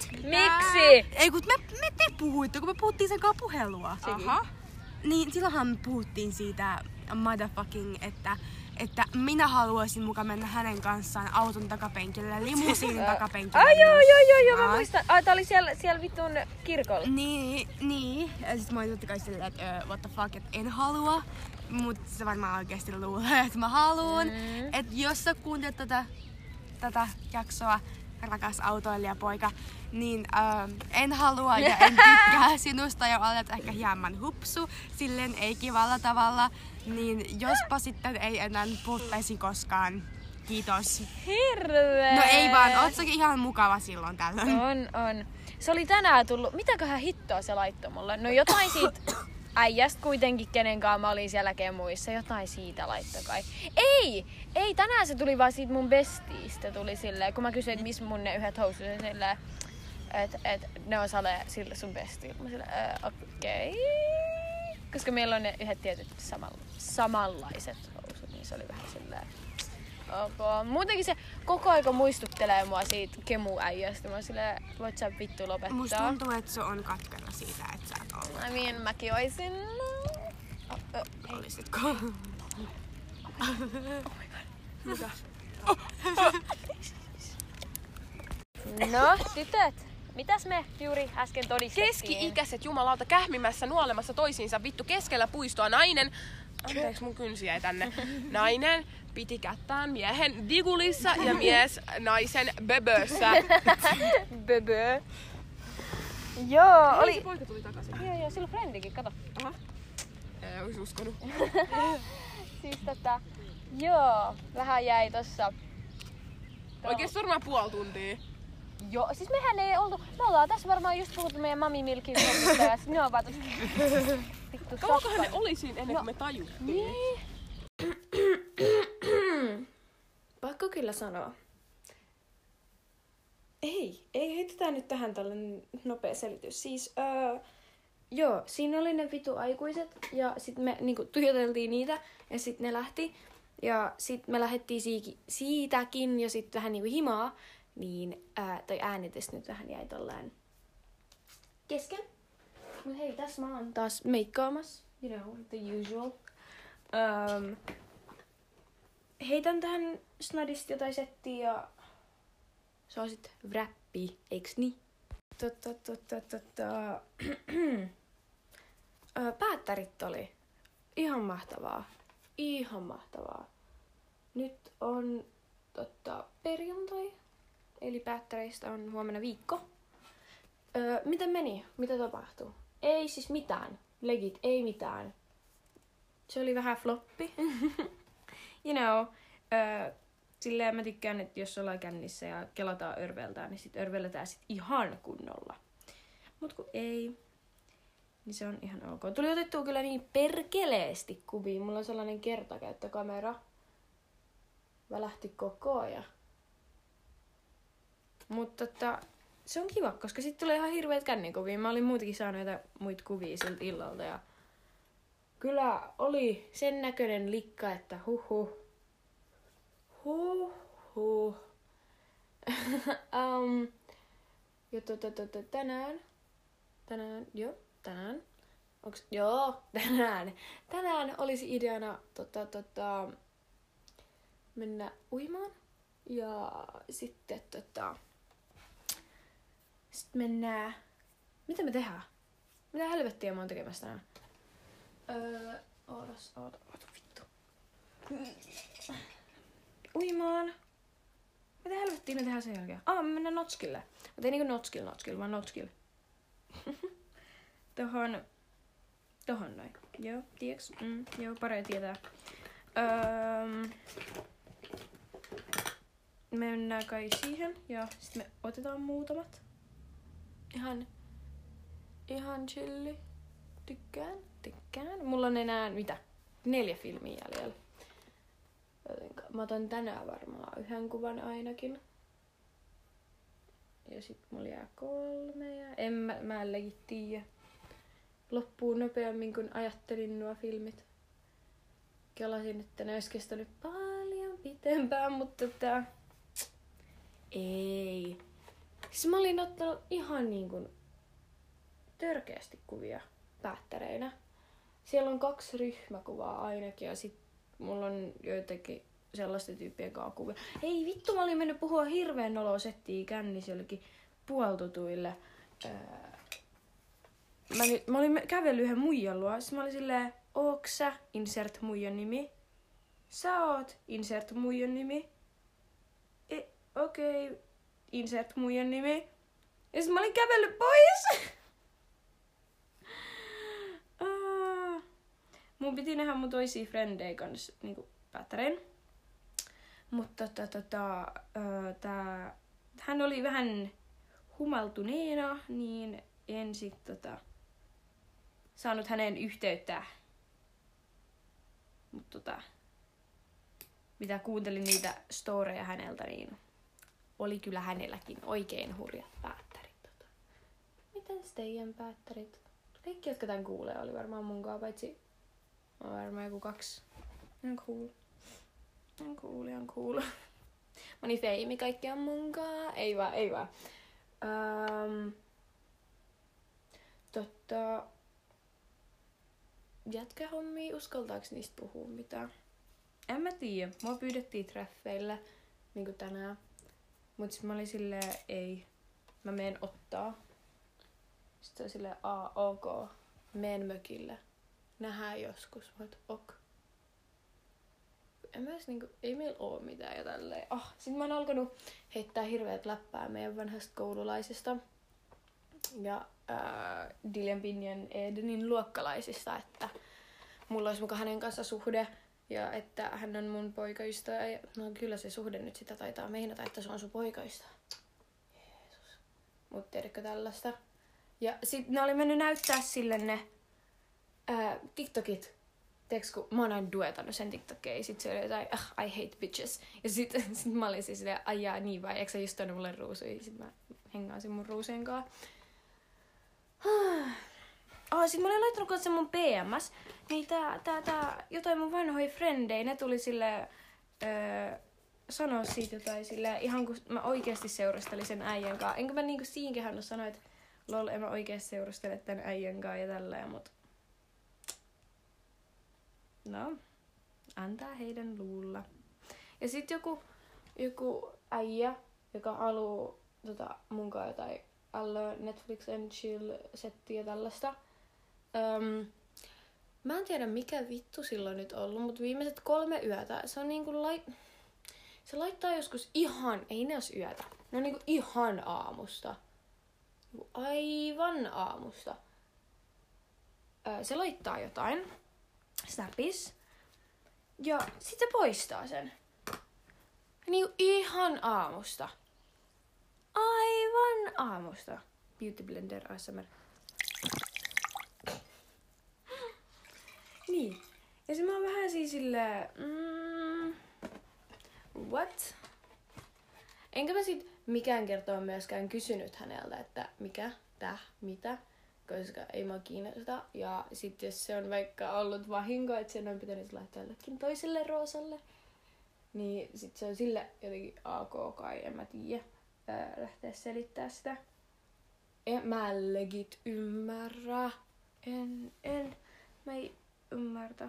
Miksi? Ei kun te puhuitte, kun me puhuttiin sen kanssa puhelua. Aha. Niin silloinhan me puhuttiin siitä motherfucking, että minä haluaisin mukaan mennä hänen kanssaan auton takapenkille, limusiinin takapenkille. Joo, mä muistan. Tää oli siellä vittun kirkolla. Niin. Ja sit mä olin totta kai silleen, että what the fuck, että en halua. Mut se varmaan oikeesti luulee, että mä haluun. Et jos sä kuuntelet tätä jaksoa, rakas autoilijapoika, niin en halua ja en tykkää sinusta ja olet ehkä hieman hupsu, silleen ei kivalla tavalla, niin jospa sitten ei enää puhuttaisi koskaan. Kiitos. Hirveä! No ei vaan, oot säkin ihan mukava silloin tällöin. On. Se oli tänään tullut, mitäköhän hittoa se laittoi mulle? No jotain siitä äijästä kuitenkin, kenenkaan mä olin siellä kemuissa, jotain siitä laittoi kai. Ei, tänään se tuli vaan siitä mun bestiistä, tuli silleen, kun mä kysyin, että missä mun ne yhdet housut, silleen, että ne on sille sun bestiin. Mä silleen, okei. Koska meillä on ne yhdet tietyt samanlaiset housut, niin se oli vähän silleen, ok. Muutenkin se koko aika muistuttelee mua siitä kemuäijästä. Mä oon silleen, voit sä vittu lopettaa. Musta tuntuu, että se on katkera siitä, että sä et ollut. I mean, mäkin oisin. Olisitko? No, tytöt, mitäs me juuri äsken todistettiin? Keski-ikäiset jumalauta kähmimässä nuolemassa toisiinsa vittu keskellä puistoa nainen. Anteeksi, mun kynsi jäi tänne. Nainen piti kättään miehen digulissa ja mies naisen böbössä. Böbö. Joo, Hei, oli... se poika tuli takaisin. Joo, sillä on frendikin, kato. Aha. Ei ois uskonut. Siis joo, vähän jäi tossa. Oikeesti varmaan puoli tuntia. Joo, siis mehän ei oltu, me ollaan tässä varmaan just puhuttu meidän Mami Milkin jutusta ja sit ne on vaan tossa vittu Kauankohan ne oli siinä ennen kuin me tajuttiin? Niin. Pakko kyllä sanoa. Ei heitetään nyt tähän tällainen nopea selitys. Siis, joo, siinä oli ne vitu aikuiset ja sit me niinku tuijoteltiin niitä ja sit ne lähti. Ja sit me lähdettiin siitäkin jo sit vähän niinku himaa. Niin toi äänitys nyt vähän jäi tolleen kesken. Mut hei, tässä mä oon taas meikkaamassa. You know, the usual. Heitän tähän snadisti jotain settiä ja se on sit wrappi, eiks niin? Päättärit oli ihan mahtavaa. Ihan mahtavaa. Nyt on perjantai. Eli päättäreistä on huomenna viikko. Miten meni? Mitä tapahtui? Ei siis mitään. Legit, ei mitään. Se oli vähän floppi. You know. Silleen mä tykkään, että jos ollaan kännissä ja kelataan örveltään, niin sit örvelletään sit ihan kunnolla. Mut kun ei, niin se on ihan ok. Tuli otettua kyllä niin perkeleesti kuvia. Mulla on sellainen kertakäyttökamera. Välähti koko ajan. Mutta se on kiva, koska sit tulee ihan hirveet kännikuvia. Mä olin muutenkin saanut jotain muita kuvia siltä illalta ja kyllä oli sen näköinen likka, että huhhuh. Ja tänään olisi ideana mennä uimaan ja sitten sitten mennään. Mitä me tehdään? Mitä helvettiä mä oon tekemässä tänään? Oota vittu. Uimaan. Mitä helvettiä me tehdään sen jälkeen? Me mennään Notskille. Mutta ei niinku Notskill, vaan Notskill. Tohon noin. Joo, tiiäks? Joo, parempi tietää. Mennään kai siihen ja sitten me otetaan muutamat. Ihan chilli. Tykkään. Mulla on enää, 4 filmiä jäljellä. Jotenka mä otan tänään varmaan 1 kuvan ainakin. Ja sit mulla jää 3 ja mä en legit tiiä. Loppuu nopeammin kuin ajattelin nuo filmit. Kelasin, että ne ois kestänyt paljon pitempään, mutta ei. Siis mä olin ottanut ihan niinkun törkeästi kuvia päättäreinä. Siellä on 2 ryhmäkuvaa ainakin ja sit mulla on joitakin sellaisten tyyppien kanssa kuvia. Ei vittu, mä olin mennyt puhua hirveen noloa settiä kännissä jollekin puoltutuille. Mä olin kävellyt yhden muijan luo. Sitten mä olin silleen, ooks sä, insert muijan nimi. Sä oot, insert muijan nimi. Okei, insert muijan nimi. Ja sit mä olin kävellyt pois. Mun piti nähdä mun toisia frendejä kanssa niinku päättärein. Mutta hän oli vähän humaltuneena, niin en sit saanut hänen yhteyttä. Mutta mitä kuuntelin niitä storeja häneltä, niin oli kyllä hänelläkin oikein hurjat päättärit. Mitäs teidän päättärit? Kaikki, jotka tän kuulee, oli varmaan munkaan, paitsi varmaan joku 2. Ihan cool. Moni feimi, kaikki on munkaan. Ei vaan. Jätkähommia, uskaltaaks niistä puhua mitään? En mä tiedä. Mua pyydettiin treffeille, niinku tänään. Mut sit mä olin silleen, ei. Mä meen ottaa. Sitten se oli silleen, ok. Meen mökille. Nähdään joskus. Mä oot, ok. En mä edes niinku, ei meillä oo mitään ja tälleen. Sit mä oon alkanut heittää hirveät läppää meidän vanhasta koululaisesta. Ja Diljan Pinjan Edenin luokkalaisista, että mulla olisi muka hänen kanssa suhde ja että hän on mun poikaystävä. No kyllä se suhde nyt sitä taitaa meinata, että se on sun poikaystävä. Jeesus. Mut tiedätkö tällaista? Ja sit ne oli mennyt näyttää sille ne TikTokit. Tiedätkö, kun mä oon aina duetannut sen TikTokeja, sit se oli jotain, I hate bitches. Ja sit mä olin siis silleen, ajaa niin vai, eikö sä just tuonut mulle ruusuja? Sit mä hengaasin mun ruusujen kanssa. Sit mä olin laittanut kanssa mun PMS, niin tää jotain mun vanhoja frendejä, ne tuli silleen sanoa siitä jotain silleen, ihan kun mä oikeesti seurastelin sen äijän kanssa. Enkä mä niinku siinkään sanoa, että lol, en mä oikeesti seurastele tän äijän kanssa ja tälleen, mut no, antaa heidän luulla. Ja sit joku äijä, joka haluu munkaan jotain Netflix and chill-settiä ja tällaista. Mä en tiedä mikä vittu silloin nyt ollut, mutta viimeiset 3 yötä, se on niinku se laittaa joskus ihan, ei ne os yötä, ne on niinku ihan aamusta. Aivan aamusta. Se laittaa jotain, snapis, ja sit se poistaa sen. Niinku ihan aamusta. Aivan aamusta. Beauty Blender ASMR. Niin. Ja se mä oon vähän siis silleen, what? Enkä mä sit mikään kertoa myöskään kysynyt häneltä, että mitä, koska ei mä kiinnosta. Ja sit jos se on vaikka ollut vahinko, että sen on pitänyt laittaa jollekin toiselle roosalle, niin sit se on sille jotenkin AK kai, en mä tiedä. Lähteä selittää sitä. Mä legit ymmärrä. Mä ei ymmärtä.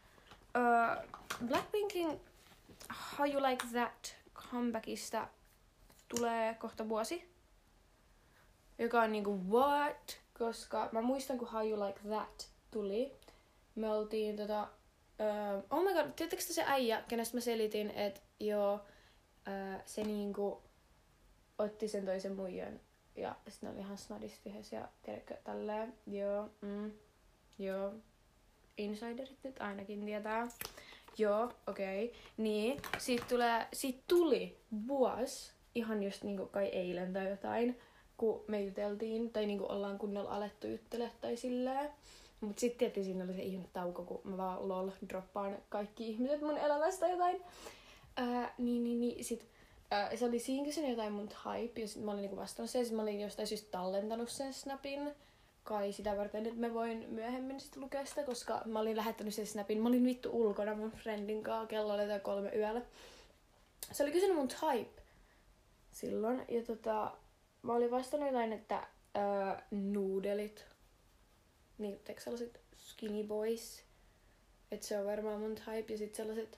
Blackpinkin How You Like That comebackista tulee kohta vuosi. Joka on niinku what? Koska mä muistan kun How You Like That tuli. Me oltiin oh my god, tiedättekö se äijä, kenestä mä selitin, että joo, se niinku otti sen toisen muijan Ja sit ne oli ihan snadista yhdessä ja tiedätkö tälleen. Joo. Insiderit nyt ainakin tietää. Joo, okei. Niin, siitä tuli vuosi, ihan just niinku kai eilen tai jotain, kun me juteltiin, tai niinku ollaan kunnolla alettu juttelemaan tai silleen. Mut sit tietysti siinä oli se ihme tauko, kun mä vaan droppaan kaikki ihmiset mun elämästä jotain. Sit se oli siinä kysynyt jotain mun hype, ja sit mä olin niinku vastannut sen, ja sit mä olin jostain syystä tallentanut sen snapin. Kai sitä varten, että mä voin myöhemmin sit lukea sitä, koska mä olin lähettänyt sen snapin. Mä olin vittu ulkona mun friendin kanssa, kello oli 3 yöllä. Se oli kysynyt mun hype silloin, ja mä olin vastannut jotain, että nuudelit. Niin, teekö sellaiset skinny boys? Että se on varmaan mun hype, ja sit sellaiset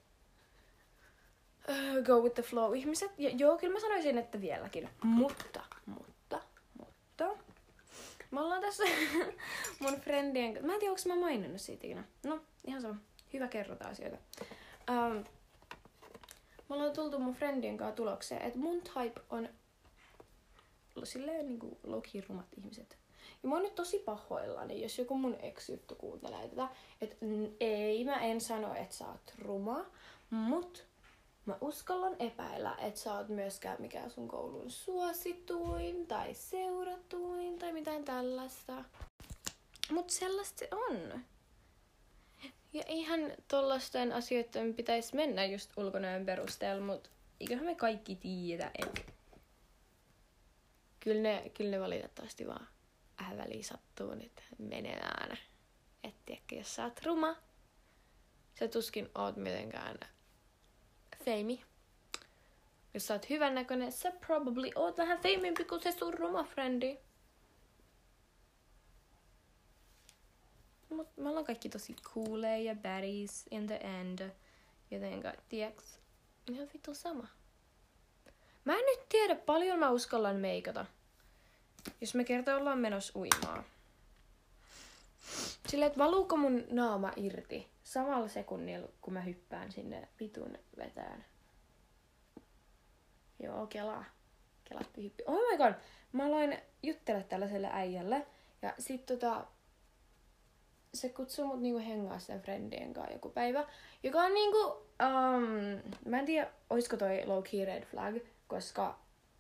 go with the flow ihmiset. Ja joo, kyllä mä sanoisin, että vieläkin. Mutta. Me ollaan tässä mun friendien kanssa. Mä en tiedä, onko mä maininnut siitä ikinä. No, ihan sama. Hyvä kerrota asioita. Me ollaan tultu mun friendien kanssa tulokseen, että mun type on silleen niinku low-key rumat ihmiset. Ja mä oon nyt tosi pahoillani, jos joku mun ex-juttu kuuntelee tätä. Että mä en sano, että sä oot ruma, mut mä uskallan epäillä, että sä oot myöskään mikään sun koulun suosituin tai seuratuin tai mitään tällaista. Mut sellaista se on. Ja ihan tollaisten asioiden pitäisi mennä just ulkonäön perusteella, mut eiköhän me kaikki tiedä, että kyllä ne valitettavasti vaan väliin sattuu nyt menemään. Et tiedäkö, jos sä oot ruma, sä tuskin oot mitenkään famey. Jos sä oot hyvännäköinen, sä probably oot vähän fameimpi kuin se sun ruma friendi. Mut me ollaan kaikki tosi cooleja ja baddies in the end. Jotenka, tiiäks, ihan vittu sama. Mä en nyt tiedä, paljon mä uskallan meikata. Jos me kerta ollaan menossa uimaan. Silleen, että valuuko mun naama irti samalla sekunnilla, kun mä hyppään sinne vitun vetään. Joo, kelaa. Kelappi hyppi. Oh my god! Mä aloin juttele tällaiselle äijälle. Ja sit se kutsui mut niinku hengaa sen friendien kanssa joku päivä. Joka on niinku, mä en tiedä, oisko toi low key red flag, koska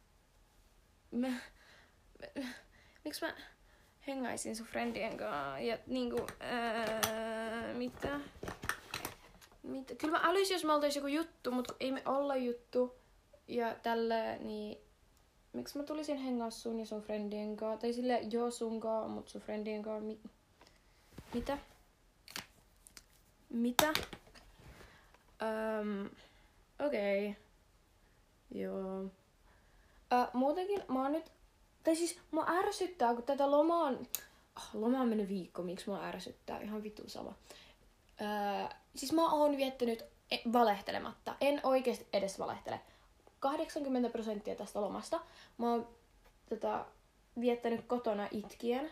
miksi mä hengaisin sun friendien kanssa ja niinku, mitä? Kyllä mä älysin, jos me oltais joku juttu, mutta ei me olla juttu. Ja tällä, niin miksi mä tulisin hengaa sun ja sun friendien kanssa? Tai silleen, joo sun kanssa, mut sun friendien kanssa, mitä? Mitä? Okei. Joo. Muutenkin mä oon nyt, tai siis mua ärsyttää, kun tätä loma on mennyt viikko, miksi mua ärsyttää, ihan vittu sama. Siis mä oon viettänyt valehtelematta, en oikeesti edes valehtele. 80% tästä lomasta mä oon viettänyt kotona itkien.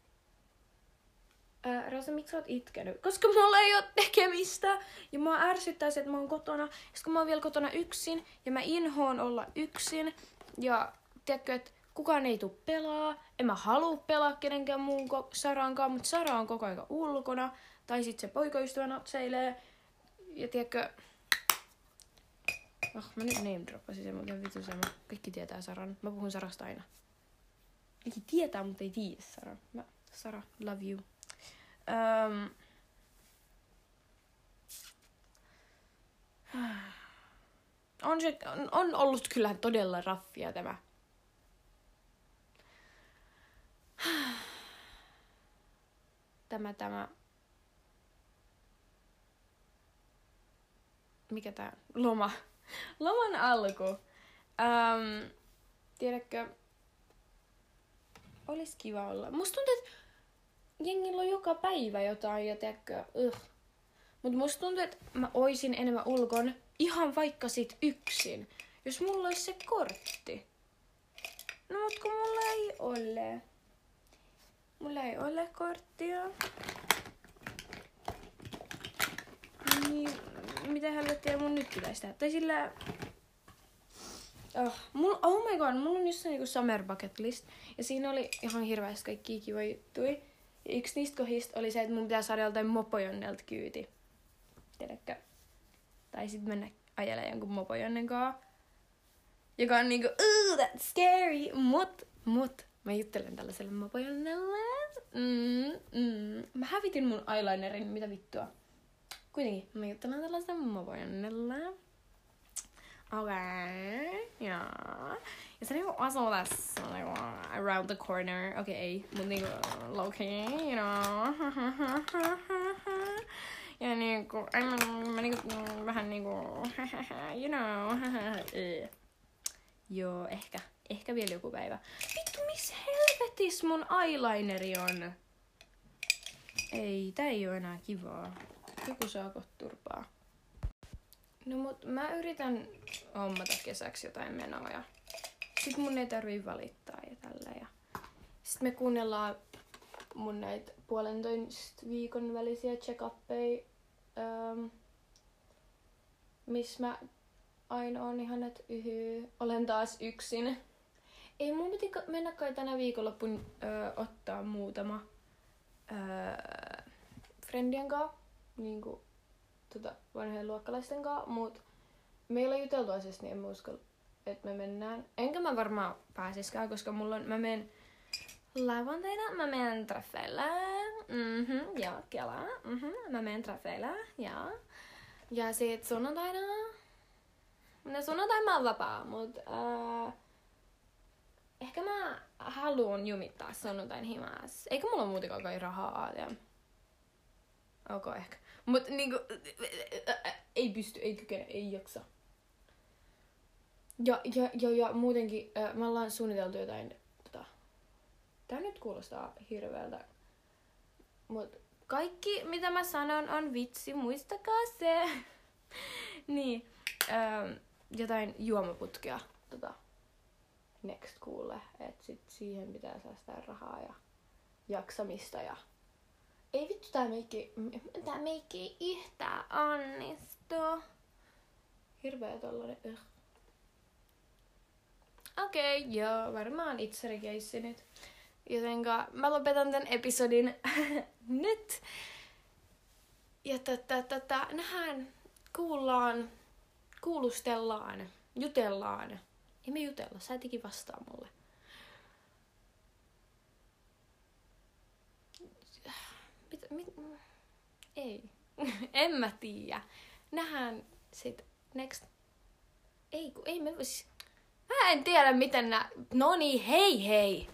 Rosa, miksi sä oot itkenyt? Koska mulla ei oo tekemistä. Ja mua ärsyttää se, että mä oon kotona. Ja kun mä oon vielä kotona yksin. Ja mä inhoon olla yksin. Ja tiedätkö, että kukaan ei tuu pelaa. En mä halua pelaa kenenkään muun Sarankaan. Mutta Sara on koko ajan ulkona. Tai sit se poikaystävä natseilee. Ja tiedätkö... mä nyt name droppasin sen, mutta vittu sama. Kaikki tietää Saran. Mä puhun Sarasta aina. Kaikki tietää, mutta ei tiedä Saran. Sara, love you. On ollut kyllä todella raffia tämä. Tämä. Mikä tää? Loma. Loman alku. Tiedätkö? Olis kiva olla. Musta tuntuu, että jengillä on joka päivä jotain ja tiedätkö, Mut musta tuntuu, että mä oisin enemmän ulkon ihan vaikka sit yksin. Jos mulla olisi se kortti. No mut kun mulla ei ole. Mulla ei ole korttia. Niin, mitä helvettiä mun nyt pitäisi tehdä? Tai sillä... Oh my god, mulla on jossain niinku summer bucket list. Ja siinä oli ihan hirveästi kaikkia kivoja juttuja. Ja yksi niistä kohdista oli se, että mun pitää saada joltain mopojonnelta kyyti. Tiedätkö? Tai sit mennä ajelemaan jonkun mopojonnen kaa. Joka on niinku, that's scary. Mut. Mä juttelen tällaiselle mopojonnelle. Mä hävitin mun eyelinerin, mitä vittua. Kuitenkin, mä juttelen tällaiselle mopojonnelle. Okei, jaa. Ja se niinku asuu tässä, niinku, around the corner. Okei, ei, mut niinku, low-key, you know. Ja niinku, mä niinku, vähän niinku, you know. Joo, ehkä vielä joku päivä. Vittu, missä helvetis mun eyelineri on? Ei, tää ei oo enää kivaa. Joku saa turpaa. No mut mä yritän hommata kesäksi jotain menoja. Sit mun ei tarvii valittaa ja tälleen. Sit me kuunnellaan mun näitä 1,5 viikon välisiä check-uppeja. Missä mä aina on ihan, että olen taas yksin. Ei mun piti mennä kai tänä viikonloppuun ottaa muutama friendien kaa. Niinku vanhojen luokkalaisten kaa, mut meillä on juteltu asiasta, niin en mä uskalla, että me mennään. Enkä mä varmaan pääsiskään, koska mä menen lauantaina, mä menen treffeille. Joo, kelaa. Mä menen treffeille, joo. Ja sit sunnuntaina, sunnuntaina mä oon vapaa, mut ehkä mä haluun jumittaa sunnuntain himas. Eikä mulla muutenkaan kai rahaa, ok ehkä. Mut niinku, ei pysty, ei kykene, ei jaksa. Ja muutenkin me ollaan suunniteltu jotain, tää nyt kuulostaa hirveältä. Mut kaikki mitä mä sanon on vitsi, muistakaa se. Niin, jotain juomaputkea next kuulle, et sit siihen pitää säästää rahaa ja jaksamista ja ei vittu, tää meikki ei yhtään onnistu. Hirveä tollanen. Okei, joo, varmaan itseri-keissi nyt. Jotenka mä lopetan tän episodin nyt. Ja nähdään, kuulustellaan, jutellaan. Ei me jutella, sä et ikin vastaa mulle. Ei. En mä tiedä. Nähdään sit next. Ei me vois. Mä en tiedä miten Noniin, hei!